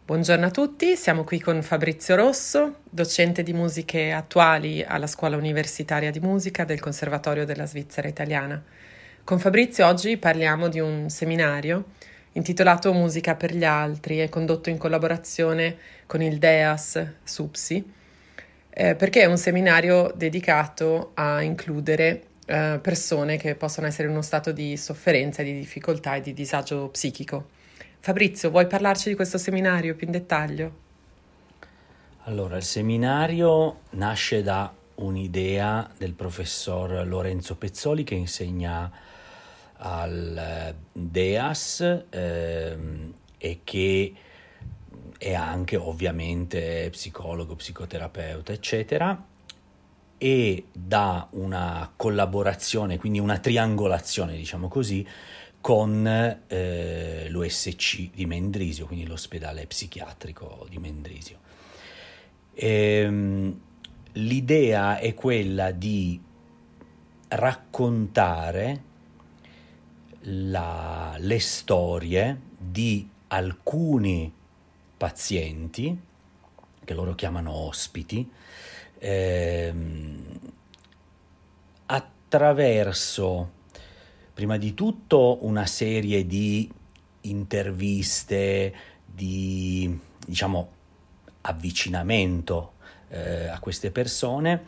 Buongiorno a tutti, siamo qui con Fabrizio Rosso, docente di musiche attuali alla Scuola Universitaria di Musica del Conservatorio della Svizzera Italiana. Con Fabrizio oggi parliamo di un seminario intitolato Musica per gli altri e condotto in collaborazione con il DEAS SUPSI, perché è un seminario dedicato a includere persone che possono essere in uno stato di sofferenza, di difficoltà e di disagio psichico. Fabrizio, vuoi parlarci di questo seminario più in dettaglio? Allora, il seminario nasce da un'idea del professor Lorenzo Pezzoli che insegna al DEAS e che è anche ovviamente psicologo, psicoterapeuta, eccetera, e da una collaborazione, quindi una triangolazione, diciamo così, con l'USC di Mendrisio, quindi l'ospedale psichiatrico di Mendrisio. L'idea è quella di raccontare le storie di alcuni pazienti, che loro chiamano ospiti, attraverso prima di tutto una serie di interviste, di diciamo avvicinamento a queste persone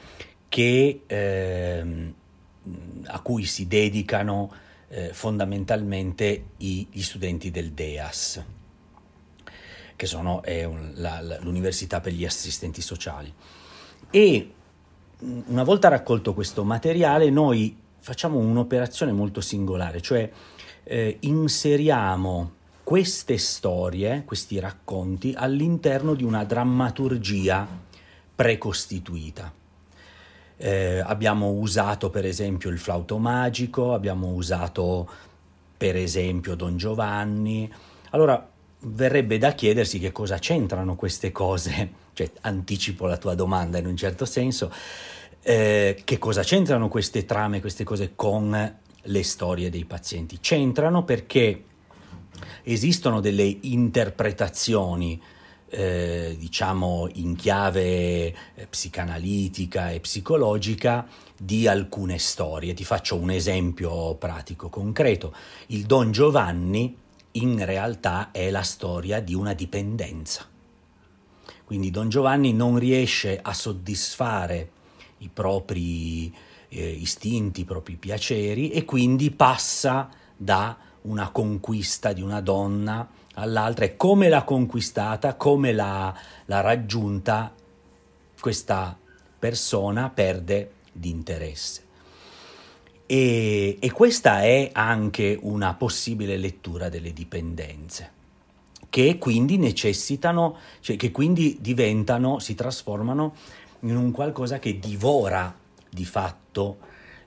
a cui si dedicano fondamentalmente gli studenti del DEAS, che sono l'Università per gli Assistenti Sociali. E una volta raccolto questo materiale noi facciamo un'operazione molto singolare, cioè inseriamo queste storie, questi racconti all'interno di una drammaturgia precostituita. Abbiamo usato per esempio il flauto magico, abbiamo usato per esempio Don Giovanni. Allora verrebbe da chiedersi che cosa c'entrano queste cose, cioè anticipo la tua domanda in un certo senso, che cosa c'entrano queste trame, queste cose con le storie dei pazienti? C'entrano perché esistono delle interpretazioni diciamo in chiave psicanalitica e psicologica di alcune storie. Ti faccio un esempio pratico, concreto. Il Don Giovanni in realtà è la storia di una dipendenza. Quindi Don Giovanni non riesce a soddisfare i propri istinti, i propri piaceri e quindi passa da una conquista di una donna all'altra e come l'ha conquistata, come l'ha raggiunta, questa persona perde di interesse. E questa è anche una possibile lettura delle dipendenze, che quindi necessitano, cioè che quindi diventano, si trasformano in un qualcosa che divora di fatto,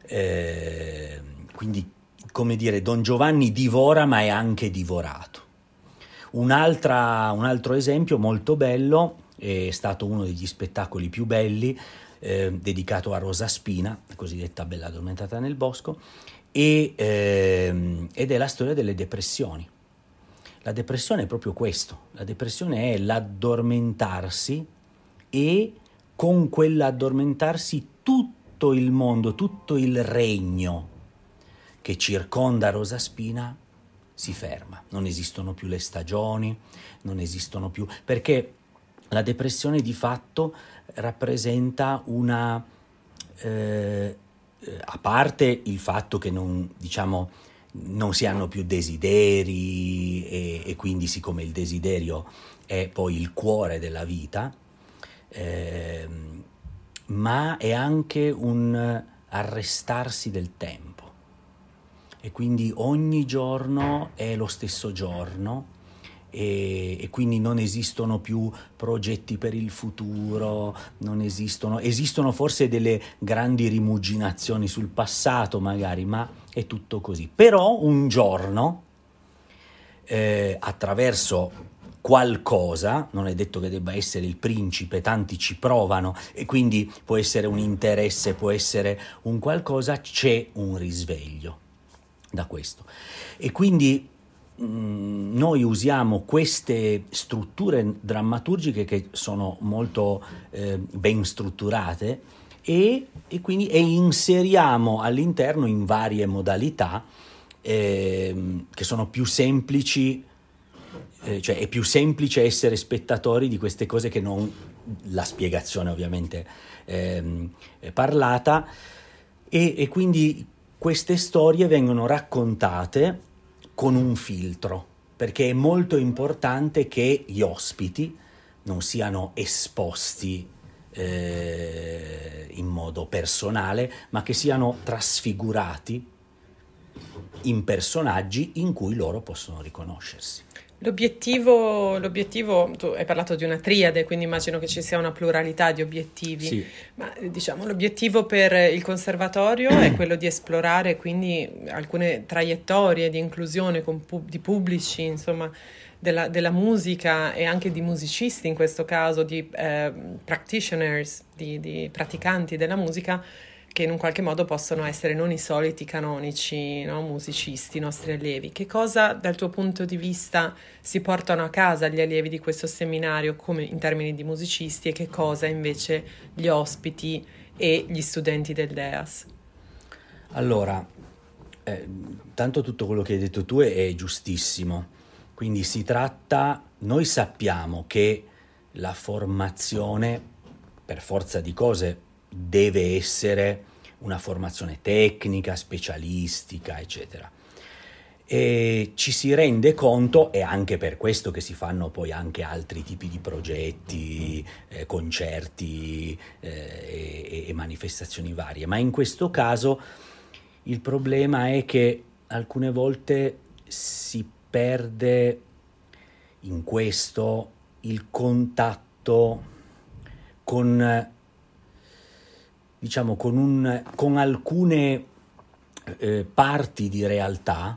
quindi come dire, Don Giovanni divora ma è anche divorato. Un altro esempio molto bello, è stato uno degli spettacoli più belli, dedicato a Rosa Spina, la cosiddetta Bella addormentata nel bosco, ed è la storia delle depressioni. La depressione è proprio questo, la depressione è l'addormentarsi e con quell'addormentarsi tutto il mondo, tutto il regno che circonda Rosa Spina si ferma, non esistono più le stagioni, non esistono più, perché la depressione di fatto rappresenta una, a parte il fatto che non si hanno più desideri e quindi siccome il desiderio è poi il cuore della vita, ma è anche un arrestarsi del tempo. E quindi ogni giorno è lo stesso giorno e quindi non esistono più progetti per il futuro, esistono forse delle grandi rimuginazioni sul passato magari, ma è tutto così. Però un giorno, attraverso qualcosa, non è detto che debba essere il principe, tanti ci provano e quindi può essere un interesse, può essere un qualcosa, c'è un risveglio da questo. E quindi noi usiamo queste strutture drammaturgiche che sono molto ben strutturate e quindi inseriamo all'interno in varie modalità che sono più semplici, cioè è più semplice essere spettatori di queste cose che non la spiegazione ovviamente parlata, e quindi queste storie vengono raccontate con un filtro, perché è molto importante che gli ospiti non siano esposti in modo personale, ma che siano trasfigurati in personaggi in cui loro possono riconoscersi. L'obiettivo, tu hai parlato di una triade, quindi immagino che ci sia una pluralità di obiettivi, Sì. ma diciamo l'obiettivo per il conservatorio è quello di esplorare quindi alcune traiettorie di inclusione di pubblici, insomma, della musica e anche di musicisti in questo caso, di practitioners, di praticanti della musica, che in un qualche modo possono essere non i soliti canonici, no, musicisti, i nostri allievi. Che cosa dal tuo punto di vista si portano a casa gli allievi di questo seminario come in termini di musicisti, e che cosa invece gli ospiti e gli studenti del DEAS? Allora, tanto tutto quello che hai detto tu è giustissimo, quindi noi sappiamo che la formazione, per forza di cose, deve essere una formazione tecnica, specialistica, eccetera. E ci si rende conto, è anche per questo che si fanno poi anche altri tipi di progetti, concerti e manifestazioni varie, ma in questo caso il problema è che alcune volte si perde in questo il contatto con, diciamo, con alcune parti di realtà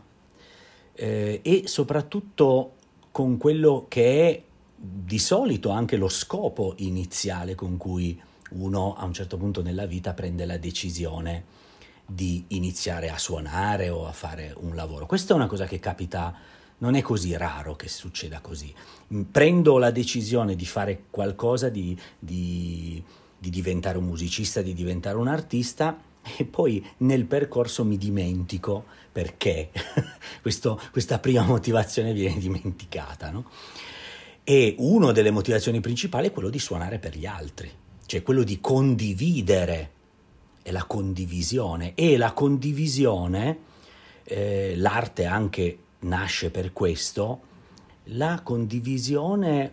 e soprattutto con quello che è di solito anche lo scopo iniziale con cui uno a un certo punto nella vita prende la decisione di iniziare a suonare o a fare un lavoro. Questa è una cosa che capita, non è così raro che succeda così. Prendo la decisione di fare qualcosa, di diventare un musicista, di diventare un artista, e poi nel percorso mi dimentico perché questa prima motivazione viene dimenticata, no? E una delle motivazioni principali è quello di suonare per gli altri, cioè quello di condividere, è la condivisione, e la condivisione, l'arte anche nasce per questo, la condivisione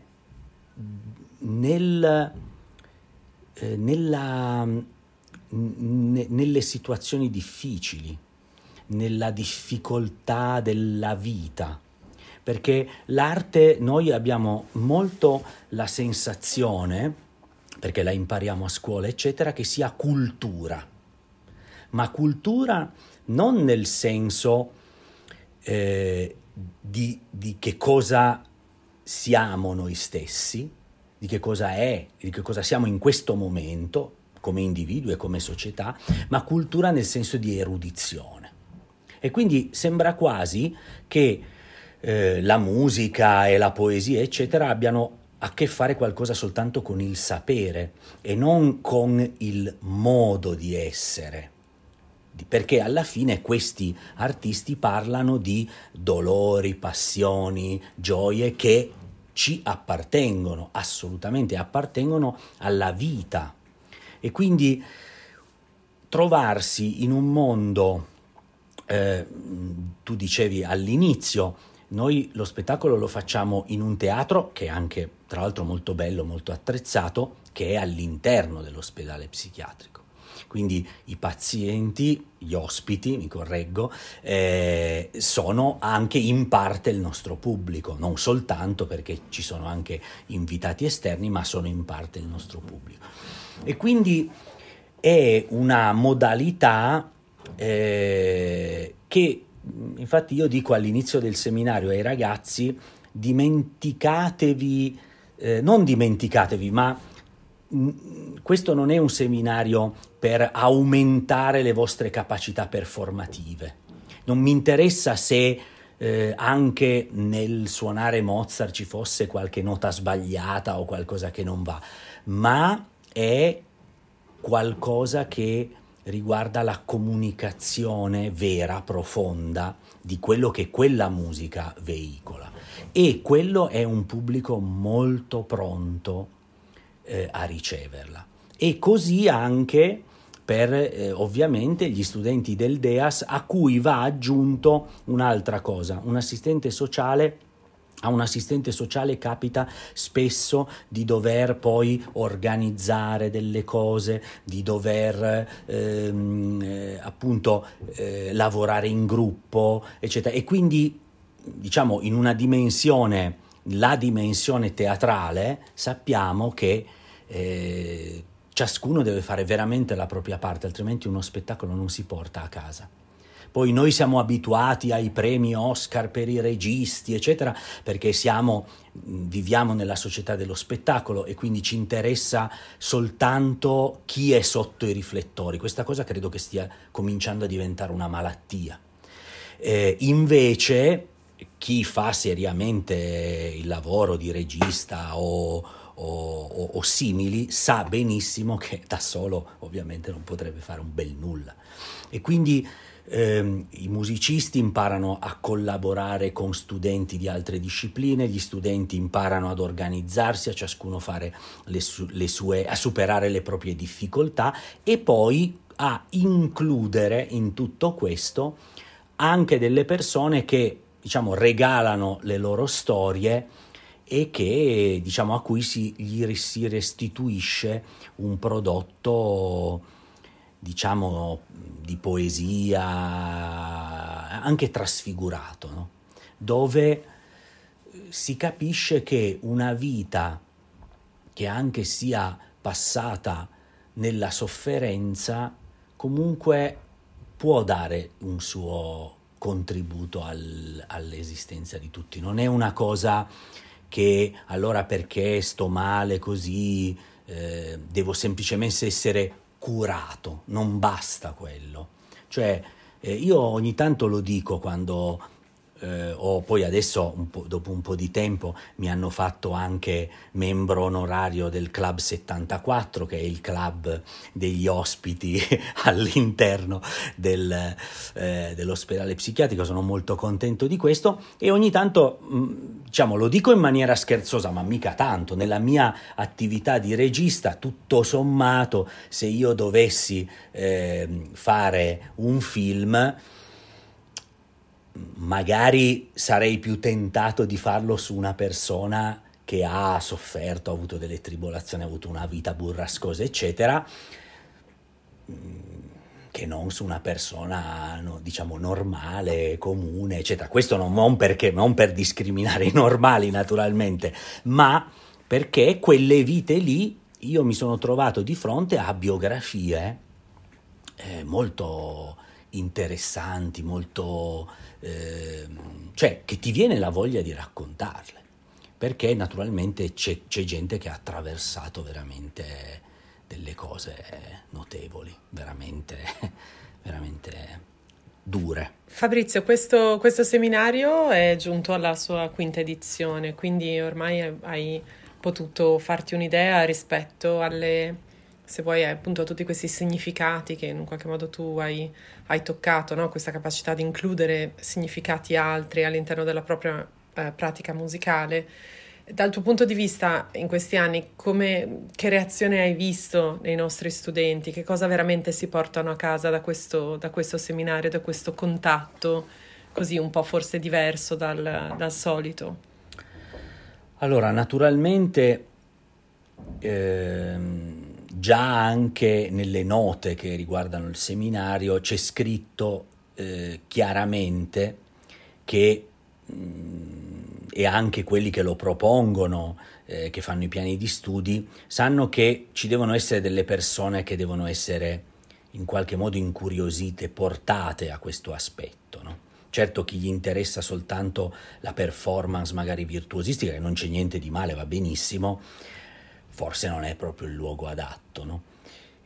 nelle situazioni difficili, nella difficoltà della vita, perché l'arte, noi abbiamo molto la sensazione, perché la impariamo a scuola eccetera, che sia cultura, ma cultura non nel senso di che cosa siamo noi stessi, di che cosa è, di che cosa siamo in questo momento come individui e come società, ma cultura nel senso di erudizione. E quindi sembra quasi che la musica e la poesia eccetera abbiano a che fare qualcosa soltanto con il sapere e non con il modo di essere, perché alla fine questi artisti parlano di dolori, passioni, gioie che ci appartengono, assolutamente appartengono alla vita, e quindi trovarsi in un mondo, tu dicevi all'inizio, noi lo spettacolo lo facciamo in un teatro che è anche tra l'altro molto bello, molto attrezzato, che è all'interno dell'ospedale psichiatrico. Quindi i pazienti, gli ospiti, mi correggo, sono anche in parte il nostro pubblico, non soltanto perché ci sono anche invitati esterni, ma sono in parte il nostro pubblico. E quindi è una modalità che, infatti io dico all'inizio del seminario ai ragazzi, dimenticatevi, non dimenticatevi, ma questo non è un seminario per aumentare le vostre capacità performative. Non mi interessa se anche nel suonare Mozart ci fosse qualche nota sbagliata o qualcosa che non va, ma è qualcosa che riguarda la comunicazione vera, profonda di quello che quella musica veicola, e quello è un pubblico molto pronto a riceverla. E così anche per ovviamente gli studenti del DEAS, a cui va aggiunto un'altra cosa. A un assistente sociale capita spesso di dover poi organizzare delle cose, di dover appunto lavorare in gruppo, eccetera. E quindi, diciamo, in una dimensione, la dimensione teatrale, sappiamo che ciascuno deve fare veramente la propria parte, altrimenti uno spettacolo non si porta a casa. Poi noi siamo abituati ai premi Oscar per i registi, eccetera, perché viviamo nella società dello spettacolo e quindi ci interessa soltanto chi è sotto i riflettori. Questa cosa credo che stia cominciando a diventare una malattia. Invece chi fa seriamente il lavoro di regista o simili sa benissimo che da solo ovviamente non potrebbe fare un bel nulla. E quindi i musicisti imparano a collaborare con studenti di altre discipline, gli studenti imparano ad organizzarsi, a ciascuno fare a superare le proprie difficoltà e poi a includere in tutto questo anche delle persone che, diciamo, regalano le loro storie e che, diciamo, a cui si restituisce un prodotto, diciamo, di poesia anche trasfigurato, no? Dove si capisce che una vita che anche sia passata nella sofferenza comunque può dare un suo contributo all'esistenza di tutti. Non è una cosa che allora perché sto male così devo semplicemente essere curato, non basta quello. Cioè io ogni tanto lo dico quando poi adesso dopo un po' di tempo mi hanno fatto anche membro onorario del Club 74, che è il club degli ospiti all'interno dell'ospedale psichiatrico. Sono molto contento di questo e ogni tanto diciamo lo dico in maniera scherzosa, ma mica tanto. Nella mia attività di regista, tutto sommato, se io dovessi fare un film, magari sarei più tentato di farlo su una persona che ha sofferto, ha avuto delle tribolazioni, ha avuto una vita burrascosa, eccetera, che non su una persona, no, diciamo, normale, comune, eccetera. Questo non per discriminare i normali, naturalmente, ma perché quelle vite lì io mi sono trovato di fronte a biografie molto interessanti, molto cioè che ti viene la voglia di raccontarle, perché naturalmente c'è gente che ha attraversato veramente delle cose notevoli, veramente dure. Fabrizio, questo seminario è giunto alla sua quinta edizione, quindi ormai hai potuto farti un'idea rispetto alle, se vuoi, appunto a tutti questi significati che in qualche modo tu hai toccato, no? Questa capacità di includere significati altri all'interno della propria pratica musicale. Dal tuo punto di vista, in questi anni, che reazione hai visto nei nostri studenti? Che cosa veramente si portano a casa da questo seminario, da questo contatto così un po' forse diverso dal solito? Allora, naturalmente già anche nelle note che riguardano il seminario c'è scritto chiaramente che e anche quelli che lo propongono, che fanno i piani di studi, sanno che ci devono essere delle persone che devono essere in qualche modo incuriosite, portate a questo aspetto, no? Certo, chi gli interessa soltanto la performance magari virtuosistica, che non c'è niente di male, va benissimo, forse non è proprio il luogo adatto, no?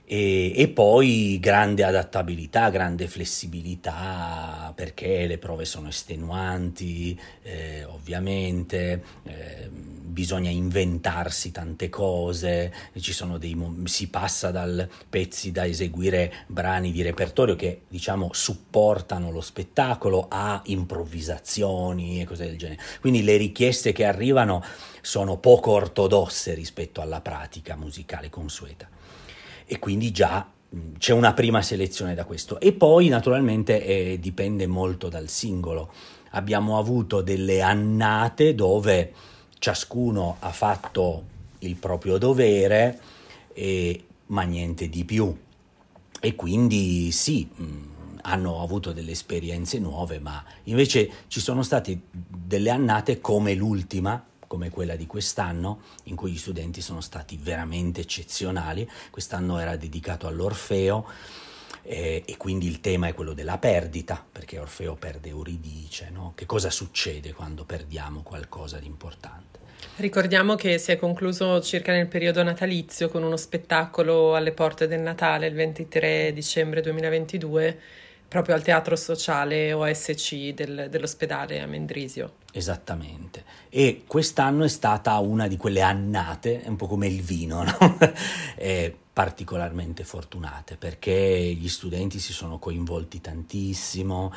E poi grande adattabilità, grande flessibilità, perché le prove sono estenuanti, ovviamente, bisogna inventarsi tante cose, ci sono si passa dal pezzi da eseguire, brani di repertorio che diciamo supportano lo spettacolo, a improvvisazioni e cose del genere. Quindi le richieste che arrivano sono poco ortodosse rispetto alla pratica musicale consueta. E quindi già c'è una prima selezione da questo. E poi naturalmente dipende molto dal singolo. Abbiamo avuto delle annate dove ciascuno ha fatto il proprio dovere, ma niente di più. E quindi sì, hanno avuto delle esperienze nuove, ma invece ci sono state delle annate come l'ultima, come quella di quest'anno, in cui gli studenti sono stati veramente eccezionali. Quest'anno era dedicato all'Orfeo, e quindi il tema è quello della perdita, perché Orfeo perde Euridice, no? Che cosa succede quando perdiamo qualcosa di importante? Ricordiamo che si è concluso circa nel periodo natalizio con uno spettacolo alle porte del Natale il 23 dicembre 2022, proprio al Teatro Sociale OSC dell'ospedale a Mendrisio. Esattamente. E quest'anno è stata una di quelle annate, è un po' come il vino, no? Particolarmente fortunate, perché gli studenti si sono coinvolti tantissimo,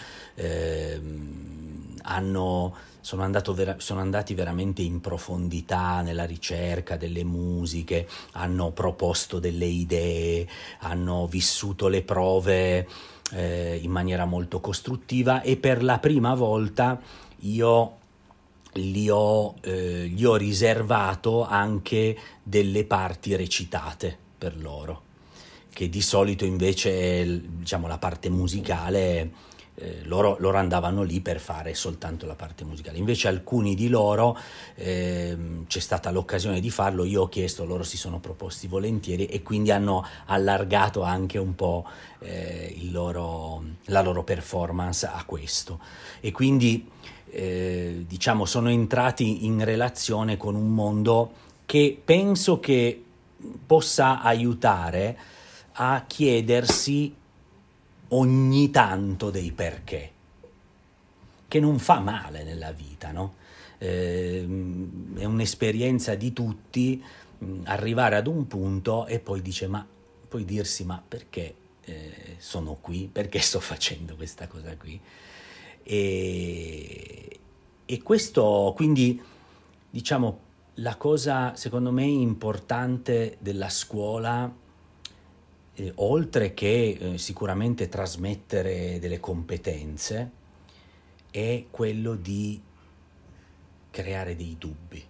sono andati veramente in profondità nella ricerca delle musiche, hanno proposto delle idee, hanno vissuto le prove in maniera molto costruttiva, e per la prima volta io gli ho riservato anche delle parti recitate per loro, che di solito invece, diciamo, la parte musicale, loro andavano lì per fare soltanto la parte musicale. Invece alcuni di loro, c'è stata l'occasione di farlo, io ho chiesto, loro si sono proposti volentieri, e quindi hanno allargato anche un po' la loro performance a questo. E quindi diciamo sono entrati in relazione con un mondo che penso che possa aiutare a chiedersi ogni tanto dei perché, che non fa male nella vita, no? È un'esperienza di tutti, arrivare ad un punto e poi poi dirsi ma perché sono qui, perché sto facendo questa cosa qui? E questo, quindi, diciamo, la cosa secondo me importante della scuola, oltre che sicuramente trasmettere delle competenze, è quello di creare dei dubbi,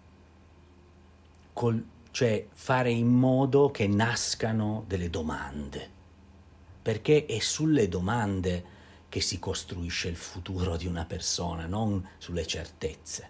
cioè fare in modo che nascano delle domande, perché è sulle domande che si costruisce il futuro di una persona, non sulle certezze.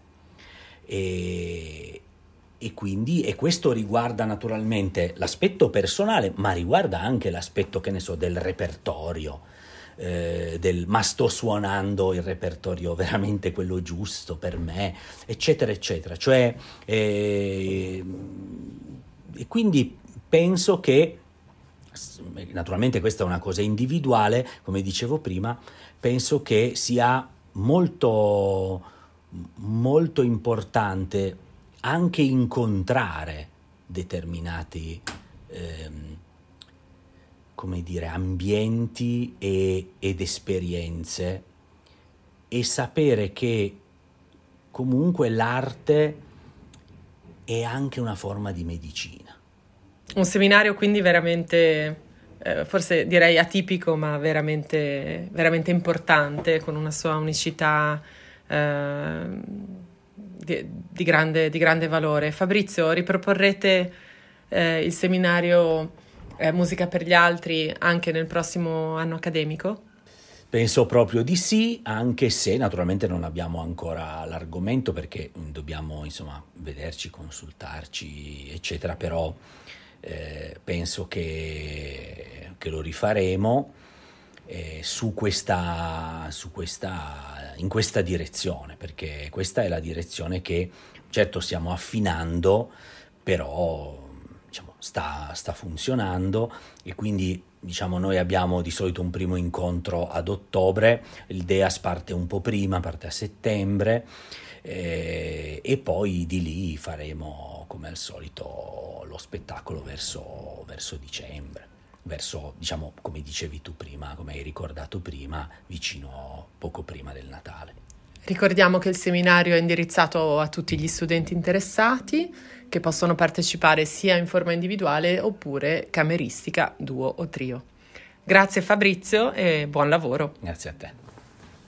E questo riguarda naturalmente l'aspetto personale, ma riguarda anche l'aspetto, che ne so, del repertorio, ma sto suonando il repertorio veramente quello giusto per me, eccetera, eccetera. Cioè, e quindi penso che, naturalmente questa è una cosa individuale, come dicevo prima, penso che sia molto, molto importante anche incontrare determinati come dire, ambienti ed esperienze, e sapere che comunque l'arte è anche una forma di medicina. Un seminario quindi veramente, forse direi atipico, ma veramente, veramente importante, con una sua unicità di grande valore. Fabrizio, riproporrete il seminario Musica per gli altri anche nel prossimo anno accademico? Penso proprio di sì, anche se naturalmente non abbiamo ancora l'argomento, perché dobbiamo insomma vederci, consultarci, eccetera, però penso che lo rifaremo in questa direzione, perché questa è la direzione che certo stiamo affinando, però diciamo, sta funzionando, e quindi diciamo noi abbiamo di solito un primo incontro ad ottobre, il DEAS parte un po' prima, parte a settembre, e poi di lì faremo come al solito lo spettacolo verso dicembre, verso, diciamo, come dicevi tu prima, come hai ricordato prima, vicino, poco prima del Natale. Ricordiamo che il seminario è indirizzato a tutti gli studenti interessati, che possono partecipare sia in forma individuale oppure cameristica, duo o trio. Grazie Fabrizio e buon lavoro. Grazie a te.